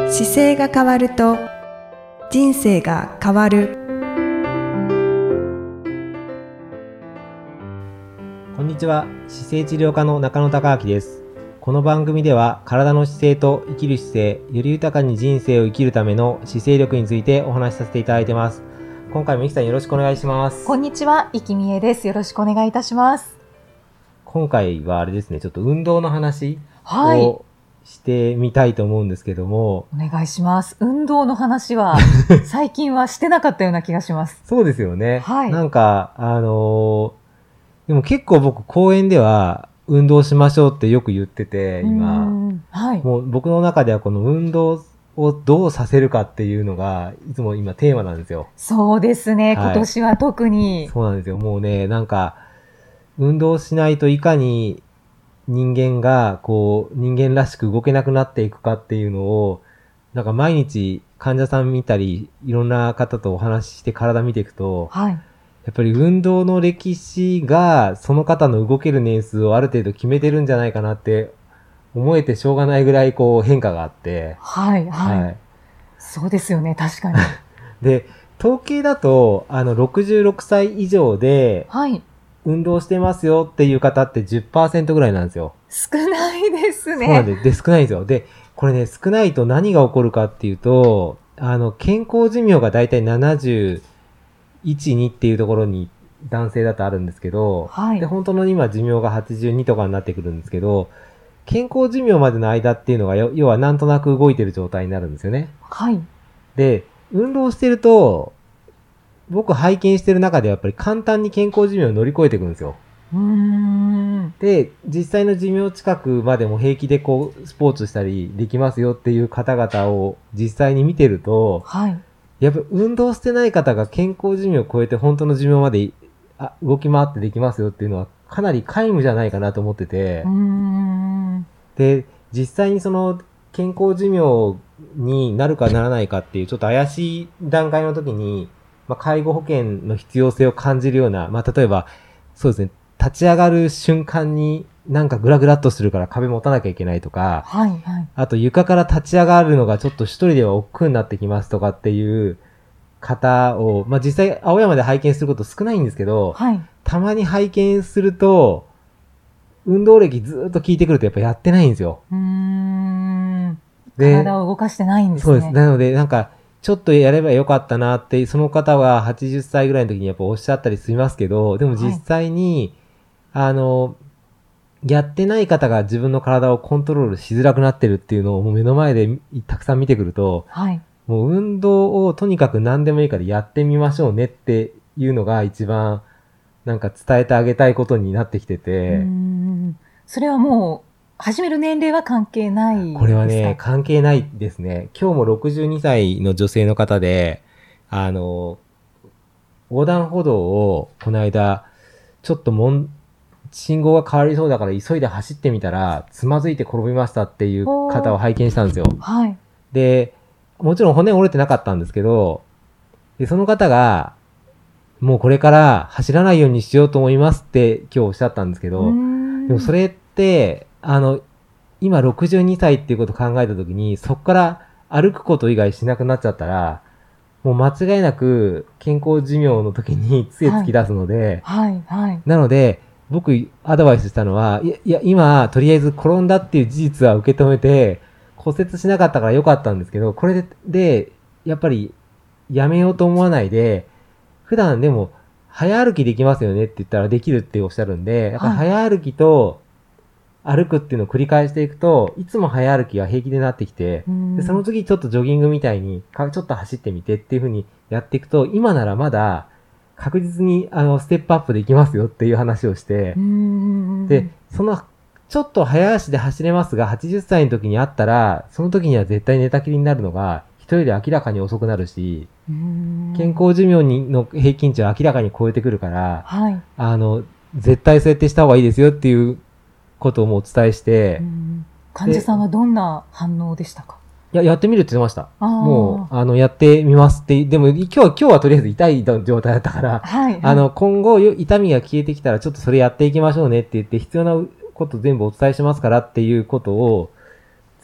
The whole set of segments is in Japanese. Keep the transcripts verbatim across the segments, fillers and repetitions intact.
姿勢が変わると人生が変わる。 こんにちは。姿勢治療科の中野孝明です。この番組では体の姿勢と生きる姿勢、より豊かに人生を生きるための姿勢力についてお話しさせていただいてます。今回もいきさんよろしくお願いします。 こんにちは、いきみえです。よろしくお願いいたします。 今回はあれですね、ちょっと運動の話はいをしてみたいと思うんですけども、 お願いします。運動の話は最近はしてなかったような気がします。 そうですよね。 はい。 なんか、あのー、でも結構僕公園では運動しましょうってよく言ってて、今。 うーんはい。 もう僕の中ではこの運動をどうさせるかっていうのが、いつも今テーマなんですよ。 そうですね、 はい今年は特に。 そうなんですよ。もうね、なんか、運動しないといかに人間が、こう、人間らしく動けなくなっていくかっていうのを、なんか毎日患者さん見たり、いろんな方とお話しして体見ていくと、 はい。 やっぱり運動の歴史が、その方の動ける年数をある程度決めてるんじゃないかなって思えてしょうがないぐらい、こう、変化があって、 はい、はい。 はい。 そうですよね、確かに。 で、統計だと、あの、ろくじゅうろくさい以上で、 はい。 運動してますよっていう方って じゅっパーセント ぐらいなんですよ。 少ないですね。 そうなんです。で、少ないんですよ。で、これね、少ないと何が起こるかっていうと、あの、健康寿命がだいたいななじゅういち、にっていうところに男性だとあるんですけど、 はいで、本当の今寿命がはちじゅうにとかになってくるんですけど、健康寿命までの間っていうのが、要はなんとなく動いてる状態になるんですよね。 はい。 で、運動してると、僕拝見してる中でやっぱり簡単に健康寿命を乗り越えていくんですよ。 うーん。 で、実際の寿命近くまでも平気でこう、スポーツしたりできますよっていう方々を実際に見てると、 はい。 やっぱ運動してない方が健康寿命を超えて本当の寿命まであ動き回ってできますよっていうのはかなり皆無じゃないかなと思ってて、 うーん。 で、実際にその健康寿命になるかならないかっていうちょっと怪しい段階の時に、まあ、介護保険の必要性を感じるような、まあ、例えば、そうですね、立ち上がる瞬間になんかグラグラっとするから壁持たなきゃいけないとか、 はい、はい。 あと床から立ち上がるのがちょっと一人では億劫になってきますとかっていう方を、まあ、実際青山で拝見すること少ないんですけど、 はい。 たまに拝見すると、運動歴ずーっと聞いてくるとやっぱやってないんですよ。 うーん。 で体を動かしてないんですね。 そうです。なので、なんか、ちょっとやればよかったなって、その方ははちじゅっさいぐらいの時にやっぱおっしゃったりしますけど、でも実際に、はい、あの、やってない方が自分の体をコントロールしづらくなってるっていうのをもう目の前でたくさん見てくると、 はい、 もう運動をとにかく何でもいいからやってみましょうねっていうのが一番なんか伝えてあげたいことになってきてて、 うーんそれはもう始める年齢は関係ないですか？ これはね、関係ないですね。今日もろくじゅうにさいの女性の方で、あの、横断歩道をこの間、ちょっともん、信号が変わりそうだから急いで走ってみたら、つまずいて転びましたっていう方を拝見したんですよ。 はい。 で、もちろん骨折れてなかったんですけど、で、その方が、もうこれから走らないようにしようと思いますって今日おっしゃったんですけど、でもそれって、あの、今ろくじゅうにさいっていうことを考えたときに、そこから歩くこと以外しなくなっちゃったら、もう間違いなく健康寿命の時に杖突き出すので、 はい、はい、はい。 なので、僕アドバイスしたのは、いや、いや今、とりあえず転んだっていう事実は受け止めて、骨折しなかったから良かったんですけど、これで、で、やっぱりやめようと思わないで、普段でも早歩きできますよねって言ったらできるっておっしゃるんで、やっぱ早歩きと歩くっていうのを繰り返していくと、いつも早歩きが平気でなってきて、でその次ちょっとジョギングみたいにちょっと走ってみてっていう風にやっていくと、今ならまだ確実にあのステップアップできますよっていう話をして、で、そのちょっと早足で走れますが、はちじゅっさいの時にあったら、その時には絶対寝たきりになるのが、人より明らかに遅くなるし、健康寿命にの平均値は明らかに超えてくるから、はい、あの、絶対そうやってした方がいいですよっていうことをもうお伝えして、 患者さんはどんな反応でしたか？ いや、やってみるって言ってました。もう、あの、やってみますって、でも今日は、今日はとりあえず痛い状態だったから、はいはい、あの、今後痛みが消えてきたらちょっとそれやっていきましょうねって言って、必要なこと全部お伝えしますからっていうことを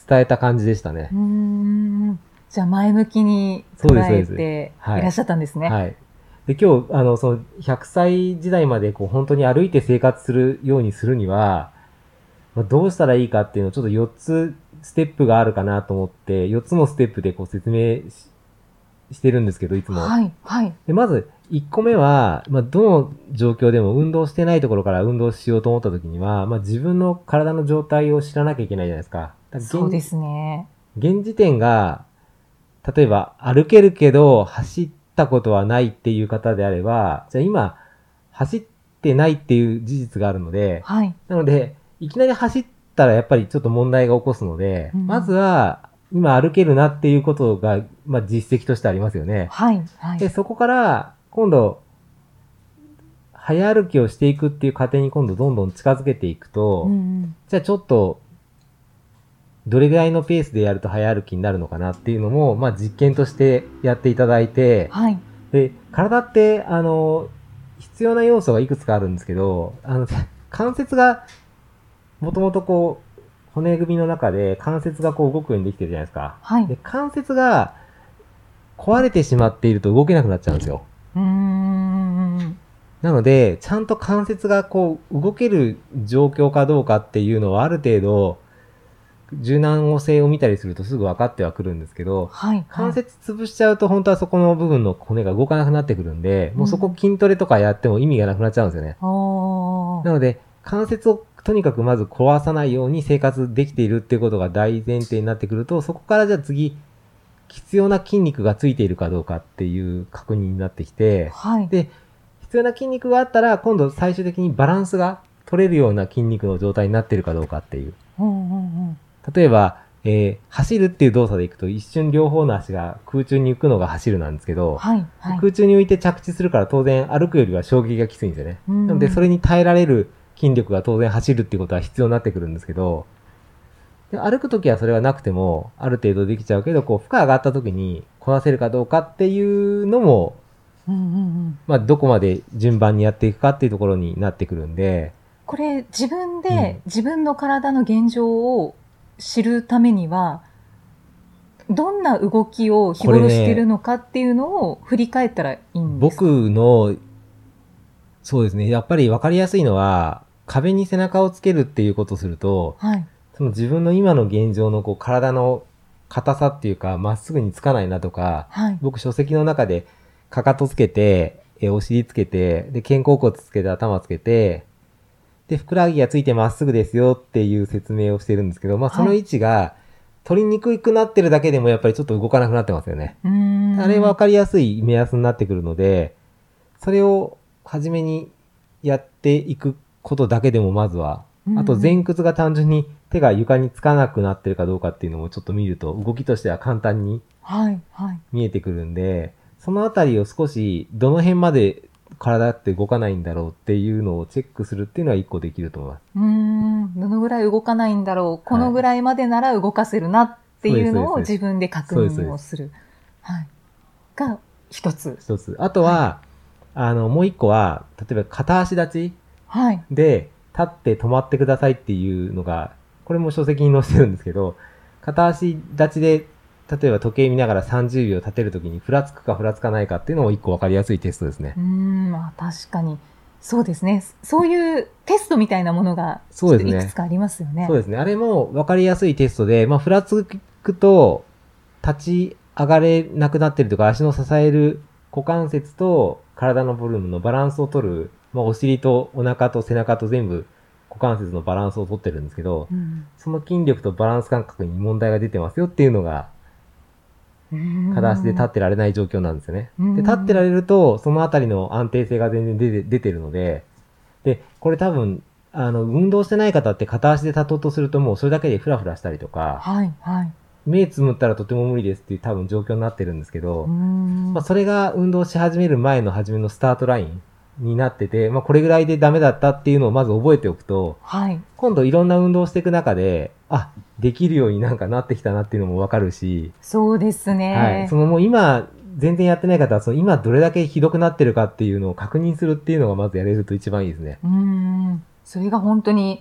伝えた感じでしたねう。ーん。じゃあ前向きに捉そうですそうですえてはいいらっしゃったんですね。 はい。で、今日、あの、その、ひゃくさい時代まで、こう、本当に歩いて生活するようにするには、まあ、どうしたらいいかっていうのを、ちょっとよっつステップがあるかなと思って、よっつのステップでこう説明ししてるんですけど、いつも。 はい、はい。 で、まず、いっこめは、まあ、どの状況でも運動してないところから運動しようと思った時には、まあ、自分の体の状態を知らなきゃいけないじゃないですか。だから現そうですね。 現時点が、例えば歩けるけど走ったことはないっていう方であれば、じゃあ今走ってないっていう事実があるので、 はい。 なので、いきなり走ったらやっぱりちょっと問題が起こすので、 うんまずは今歩けるなっていうことが、まあ実績としてありますよね。 はい、はい。 で、そこから今度、早歩きをしていくっていう過程に今度どんどん近づけていくと、 うんうんじゃあちょっと、どれぐらいのペースでやると早歩きになるのかなっていうのも、まあ実験としてやっていただいて、 はい。 で、体って、あの、必要な要素がいくつかあるんですけど、あの、関節が、もともとこう、骨組みの中で関節がこう動くようにできてるじゃないですか。 はい。 で、関節が壊れてしまっていると動けなくなっちゃうんですよ。 うーん。 なので、ちゃんと関節がこう動ける状況かどうかっていうのはある程度、柔軟性を見たりするとすぐ分かってはくるんですけど、 はい。 関節潰しちゃうと本当はそこの部分の骨が動かなくなってくるんで、もうそこ筋トレとかやっても意味がなくなっちゃうんですよね。 おー。 なので、関節をとにかくまず壊さないように生活できているっていうことが大前提になってくると、そこからじゃあ次、必要な筋肉がついているかどうかっていう確認になってきて、 はい。 で、必要な筋肉があったら、今度最終的にバランスが取れるような筋肉の状態になっているかどうかっていう。 うんうんうん。 例えば、えー走るっていう動作でいくと一瞬両方の足が空中に浮くのが走るなんですけど、 はい。はい。 空中に浮いて着地するから当然歩くよりは衝撃がきついんですよね。 うんなのでそれに耐えられる筋力が当然走るっていうことは必要になってくるんですけど、で歩くときはそれはなくてもある程度できちゃうけど、こう負荷上がったときにこなせるかどうかっていうのも、 うんうんうん。 まあどこまで順番にやっていくかっていうところになってくるんで、 これ、自分うんで自分の体の現状を知るためには、どんな動きを日頃してるのかっていうのを振り返ったらいいんですか？ 僕の、そうですね、やっぱり分かりやすいのは、壁に背中をつけるっていうことをすると、 はい。 その自分の今の現状のこう体の硬さっていうか、まっすぐにつかないなとか、 はい。 僕書籍の中でかかとつけて、えお尻つけて、で、肩甲骨つけて頭つけて、で、ふくらはぎがついてまっすぐですよっていう説明をしてるんですけど、まあその位置が取りにくくなってるだけでもやっぱりちょっと動かなくなってますよね。 うーん。 あれは分かりやすい目安になってくるので、それを初めにやっていくことだけでもまずは、あと前屈が単純に手が床につかなくなってるかどうかっていうのもちょっと見ると動きとしては簡単にはい。はい。 見えてくるんで、そのあたりを少しどの辺まで体って動かないんだろうっていうのをチェックするっていうのは一個できると思います。 うーん。どのぐらい動かないんだろう。このぐらいまでなら動かせるなっていうのをそうです自分で確認をする。はい。が一つ。 一つ。あとは、あの、もう一個は、例えば片足立ちはい。 で立って止まってくださいっていうのが、これも書籍に載せてるんですけど、片足立ちで、例えば時計見ながらさんじゅうびょう立てるときにふらつくかふらつかないかっていうのも一個わかりやすいテストですねうー。ん。まあ確かに。そうですね。そういうテストみたいなものが、 そうですねいくつかありますよね。 そうですね。あれもわかりやすいテストで、まあ、ふらつくと立ち上がれなくなってるとか、足の支える股関節と体のボリュームのバランスを取る、まあ、お尻とお腹と背中と全部股関節のバランスを取ってるんですけど、 うんその筋力とバランス感覚に問題が出てますよっていうのが、片足で立ってられない状況なんですよね。 うんで、立ってられると、そのあたりの安定性が全然出て出てるので、で、これ多分、あの、運動してない方って片足で立とうとするともうそれだけでフラフラしたりとか、 はい。はい。 目つむったらとても無理ですっていう多分状況になってるんですけど、 うーん。 まあ、それが運動し始める前の初めのスタートラインになってて、まあ、これぐらいでダメだったっていうのをまず覚えておくと、 はい。 今度いろんな運動をしていく中で、あ、できるようになんかなってきたなっていうのもわかるし、 そうですね。 はい。そのもう今、全然やってない方は、その今どれだけひどくなってるかっていうのを確認するっていうのがまずやれると一番いいですね。 うーん。それが本当に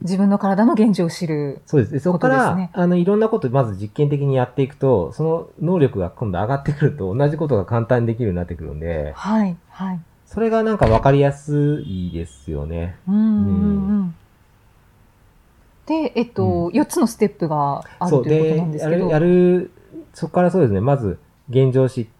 自分の体の現状を知る。 そうです。でそこから、 ことですねあの、いろんなことまず実験的にやっていくと、その能力が今度上がってくると、同じことが簡単にできるようになってくるんで、 はい、はい。 それがなんか分かりやすいですよね。 うんうんうん。で、えっと、 うよっつのステップがあるそう。 ということなんで、 ですけど。 やる、やる、そこからそうですね、まず、現状を知って、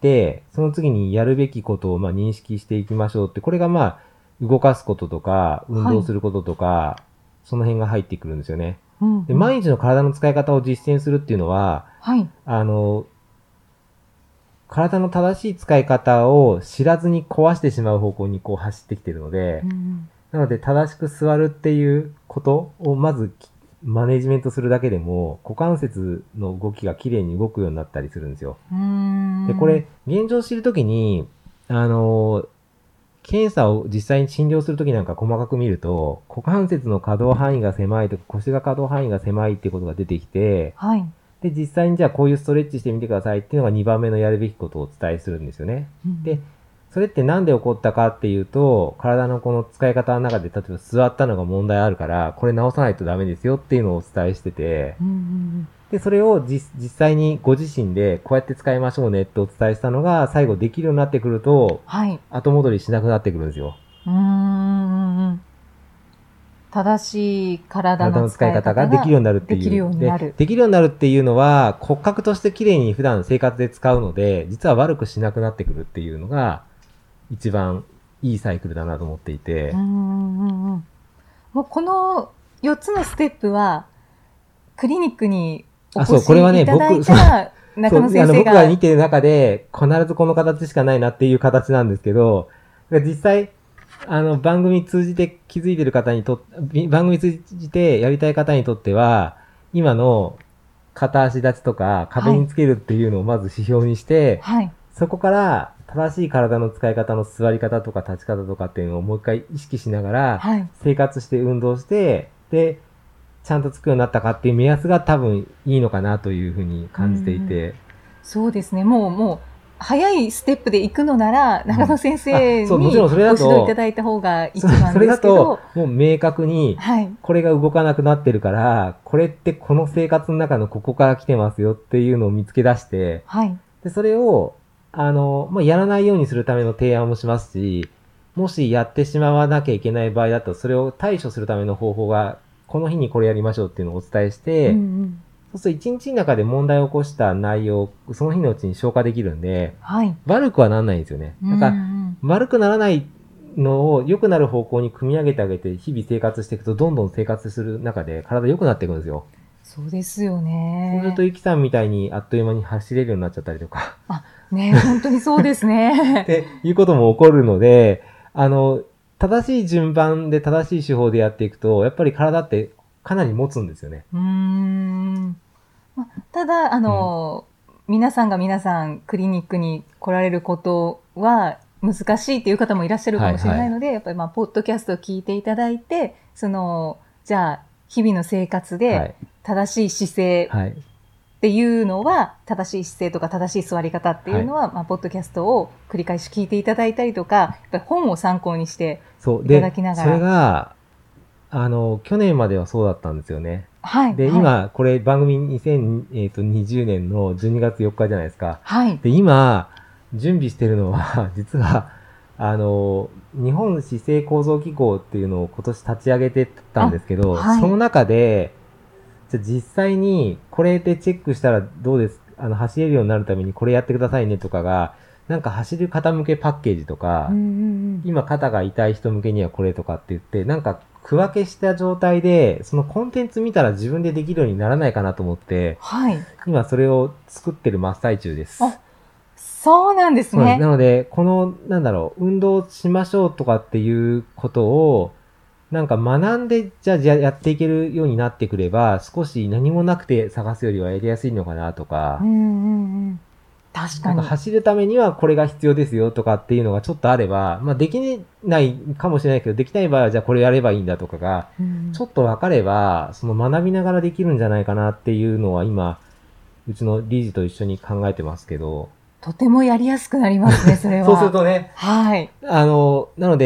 その次にやるべきことをまあ認識していきましょうって、これがまあ、動かすこととか、運動することとか、その辺が入ってくるんですよね。 うんうんで、毎日の体の使い方を実践するっていうのは、 はい。 あの、体の正しい使い方を知らずに壊してしまう方向にこう走ってきてるので、 うんうんなので正しく座るっていうことをまずきマネジメントするだけでも、股関節の動きがきれいに動くようになったりするんですよ。 うーんで、これ、現状を知るときに、あの、検査を実際に診療するときなんか細かく見ると、股関節の可動範囲が狭いとか腰が可動範囲が狭いっていうことが出てきて、 はい。 で、実際にじゃあこういうストレッチしてみてくださいっていうのがにばんめのやるべきことをお伝えするんですよね。 うんで、それってなんで起こったかっていうと、体のこの使い方の中で、例えば座ったのが問題あるから、これ直さないとダメですよっていうのをお伝えしてて、 うんうんで、それを実実際にご自身でこうやって使いましょうねってお伝えしたのが、最後できるようになってくると、 はい。 後戻りしなくなってくるんですよ。 うーん。正しい体体のの使い使い方方がができるようになるっていう。 できるようになるで。できるようになるっていうのは、骨格として綺麗に普段生活で使うので、実は悪くしなくなってくるっていうのが、一番いいサイクルだなと思っていて。 うんうんうんうんもうこのよっつのステップは、クリニックにおあ越しそうこれはねいただい僕たら、中野先生そうあの僕がが見てる中で、必ずこの形しかないなっていう形なんですけど、実際、あの、番組通じて気づいてる方にとっ、番組通じてやりたい方にとっては、今の片足立ちとか壁につけるっていうのをまず指標にして、 はい。 そこから正しい体の使い方の座り方とか立ち方とかっていうのをもう一回意識しながら、 はい。 生活して運動して、で、ちゃんとつくようになったかっていう目安が多分いいのかなというふうに感じていて。 そうですね。もう、もう、早いステップで行くのなら、中野先生にあそうもご指ちろんそれだと導いただいた方が一番ですけど。 それだと、もう明確に、 はい。 これが動かなくなってるから、これってこの生活の中のここから来てますよっていうのを見つけ出して、 はい。 で、それを、あの、まあ、やらないようにするための提案もしますし、もしやってしまわなきゃいけない場合だと、それを対処するための方法が、この日にこれやりましょうっていうのをお伝えして、 うんうんそうすると一日の中で問題を起こした内容をその日のうちに消化できるんで、 はい。 悪くはならないんですよね。だから、 うんうん悪くならないのを良くなる方向に組み上げてあげて、日々生活していくと、どんどん生活する中で体良くなっていくんですよ。 そうですよね。 そうすると、ゆきさんみたいにあっという間に走れるようになっちゃったりとか、 ね、本当にそうですっね。 ていうことも起こるので、あの、正しい順番で正しい手法でやっていくと、やっぱり体ってかなり持つんですよね。 うーん。まただ、あの、皆さんが皆さんクリニックに来られることは難しいっていう方もいらっしゃるかもしれないので、やっぱりまあ、ポッドキャストを聞いていただいて、その、じゃあ、日々の生活はでい。 正しい姿勢はい。 っていうのは、正しい姿勢とか正しい座り方っていうのは、まあ、ポッドキャストを繰り返し聞いていただいたりとか、やっぱり本を参考にして、 そう。 いたで、 だきながらそれが、あの、去年まではそうだったんですよね。 はい。 で、 はい、 今、これ番組にせんにじゅうねんのじゅうにがつよっかじゃないですか。 はい。 で、今、準備してるのは、実は、あの、日本姿勢構造機構っていうのを今年立ち上げてたんですけど、 あはいその中で、じゃあ実際にこれでチェックしたらどうですあの、走れるようになるためにこれやってくださいねとかが、なんか走る方向けパッケージとか、 うんうんうん今肩が痛い人向けにはこれとかって言って、なんか区分けした状態で、そのコンテンツ見たら自分でできるようにならないかなと思って、 はい。 今それを作ってる真っ最中です。 あそうなんですそうです。 ね。 なので、この、なんだろう、運動しましょうとかっていうことを、なんか学んで、じゃあ、じゃあやっていけるようになってくれば、少し何もなくて探すよりはやりやすいのかなとかうん、うんうん。確かに。 なんか走るためにはこれが必要ですよとかっていうのがちょっとあれば、まあできないかもしれないけど、できない場合はじゃあこれやればいいんだとかが、 うんちょっと分かれば、その学びながらできるんじゃないかなっていうのは今、うちの理事と一緒に考えてますけど。 とてもやりやすくなりますね、それは。 そうするとね、 はい。 あの、なので、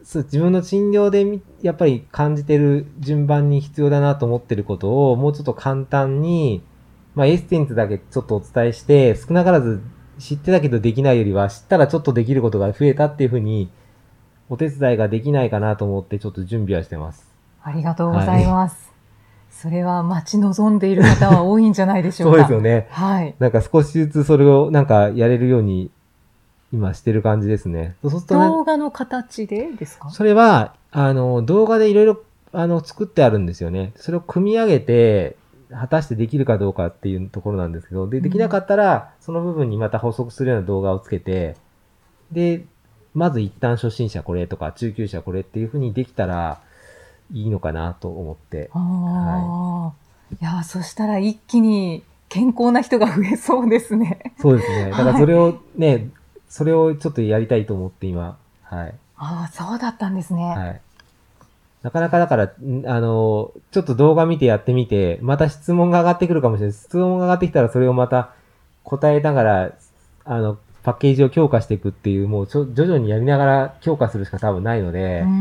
そう自分の診療でみやっぱり感じてる順番に必要だなと思ってることをもうちょっと簡単に、まあ、エッセンスだけちょっとお伝えして、少なからず知ってたけどできないよりは知ったらちょっとできることが増えたっていうふうにお手伝いができないかなと思ってちょっと準備はしてます。 ありがとうございます。はい、それは待ち望んでいる方は多いんじゃないでしょうか。 そうですよね。 はい。 なんか少しずつそれをなんかやれるように今してる感じですね。そうするとね、 動画の形でですか？ それは、あの、動画でいろいろ、あの、作ってあるんですよね。それを組み上げて、果たしてできるかどうかっていうところなんですけど、で、できなかったら、その部分にまた補足するような動画をつけて、で、まず一旦初心者これとか、中級者これっていうふうにできたらいいのかなと思って。 ああ、はい。いや、そしたら一気に健康な人が増えそうですね。 そうですね。だからそれをね、はい、それをちょっとやりたいと思って今、はい。 ああ、そうだったんですね。 はい。なかなかだから、あの、ちょっと動画見てやってみて、また質問が上がってくるかもしれない。質問が上がってきたらそれをまた答えながら、あの、パッケージを強化していくっていう、もうちょ徐々にやりながら強化するしか多分ないので、 うん、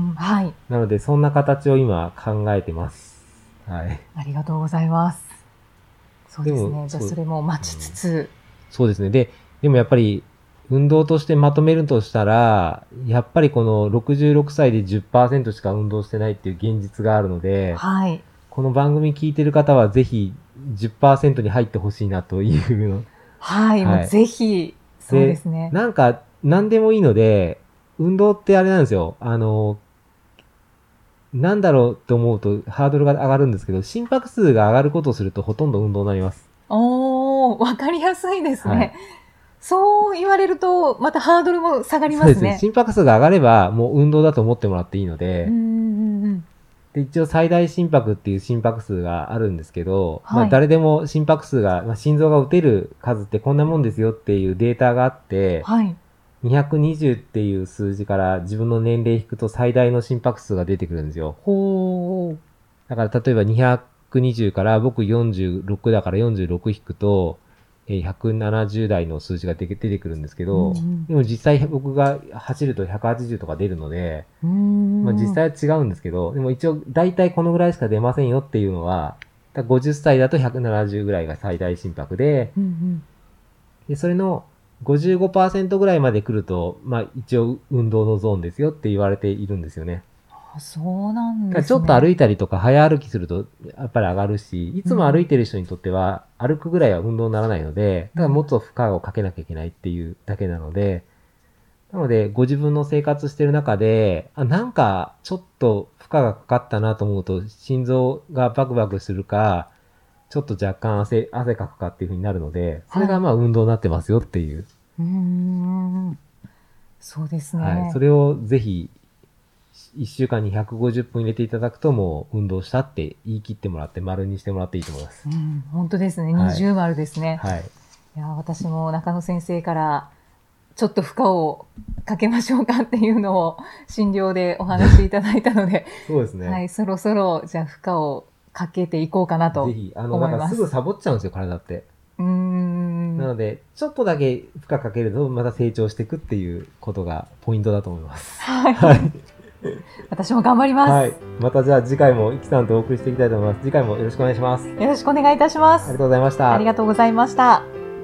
はい。 なのでそんな形を今考えてます。はい。 ありがとうございます。そうですね。じゃあそれも待ちつつ、うん。 そうですね。で、でもやっぱり、運動としてまとめるとしたら、やっぱりこのろくじゅうろくさいで じゅっパーセント しか運動してないっていう現実があるので、 はい。 この番組聞いてる方はぜひ じゅっパーセント に入ってほしいなというの。 はい、はい、もうぜひ、そうですね。 なんか、何でもいいので、運動ってあれなんですよ。あの、なんだろうと思うとハードルが上がるんですけど、心拍数が上がることをするとほとんど運動になります。 おー、わかりやすいですね。はい、そう言われると、またハードルも下がりますね。 そうです。心拍数が上がれば、もう運動だと思ってもらっていいので、 うんうんうん、 で一応最大心拍っていう心拍数があるんですけど、 はい、 まあ誰でも心拍数が、まあ、心臓が打てる数ってこんなもんですよっていうデータがあって、 はい、 にひゃくにじゅうっていう数字から自分の年齢引くと最大の心拍数が出てくるんですよ。 ほー。 だから例えばにひゃくにじゅうから僕よんじゅうろくだからよんじゅうろく引くと、ひゃくななじゅう代の数字が出てくるんですけど、うんうん、でも実際僕が走るとひゃくはちじゅうとか出るので、 うんまあ、実際は違うんですけど、でも一応大体このぐらいしか出ませんよっていうのは、ごじゅっさいだとひゃくななじゅうぐらいが最大心拍で、 うんうん、 でそれの ごじゅうごパーセント ぐらいまで来ると、まあ一応運動のゾーンですよって言われているんですよね。 そうなんですね。 ちょっと歩いたりとか早歩きするとやっぱり上がるし、いつも歩いてる人にとっては歩くぐらいは運動にならないので、だからもっと負荷をかけなきゃいけないっていうだけなので、なのでご自分の生活してる中で、あ、なんかちょっと負荷がかかったなと思うと心臓がバクバクするか、ちょっと若干汗、汗かくかっていう風になるので、それがまあ運動になってますよっていう。 はい、うーん。そうですね。 はい。それをぜひ、いっしゅうかんにひゃくごじゅっぷん入れていただくともう運動したって言い切ってもらって丸にしてもらっていいと思います。 うん、本当ですね。二重丸ですね。 はい。 いや、私も中野先生からちょっと負荷をかけましょうかっていうのを診療でお話しいただいたので、 そうですね。 はい、そろそろじゃあ負荷をかけていこうかなと思います。ぜひ、あの、なんかすぐサボっちゃうんですよ、体って。 うーん。 なので、ちょっとだけ負荷かけるとまた成長していくっていうことがポイントだと思います。 はい。はい私も頑張ります。はい。 またじゃあ次回もイキさんとお送りしていきたいと思います。次回もよろしくお願いします。 よろしくお願いいたします。 ありがとうございました。 ありがとうございました。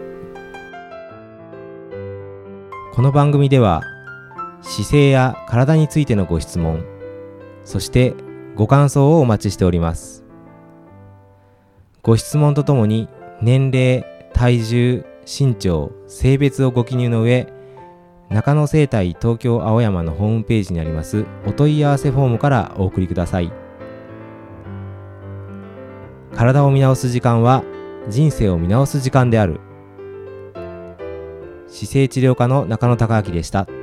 この番組では姿勢や体についてのご質問、そしてご感想をお待ちしております。ご質問とともに年齢、体重、身長、性別をご記入の上、中野生態東京青山のホームページにありますお問い合わせフォームからお送りください。体を見直す時間は人生を見直す時間である。姿勢治療科の中野孝明でした。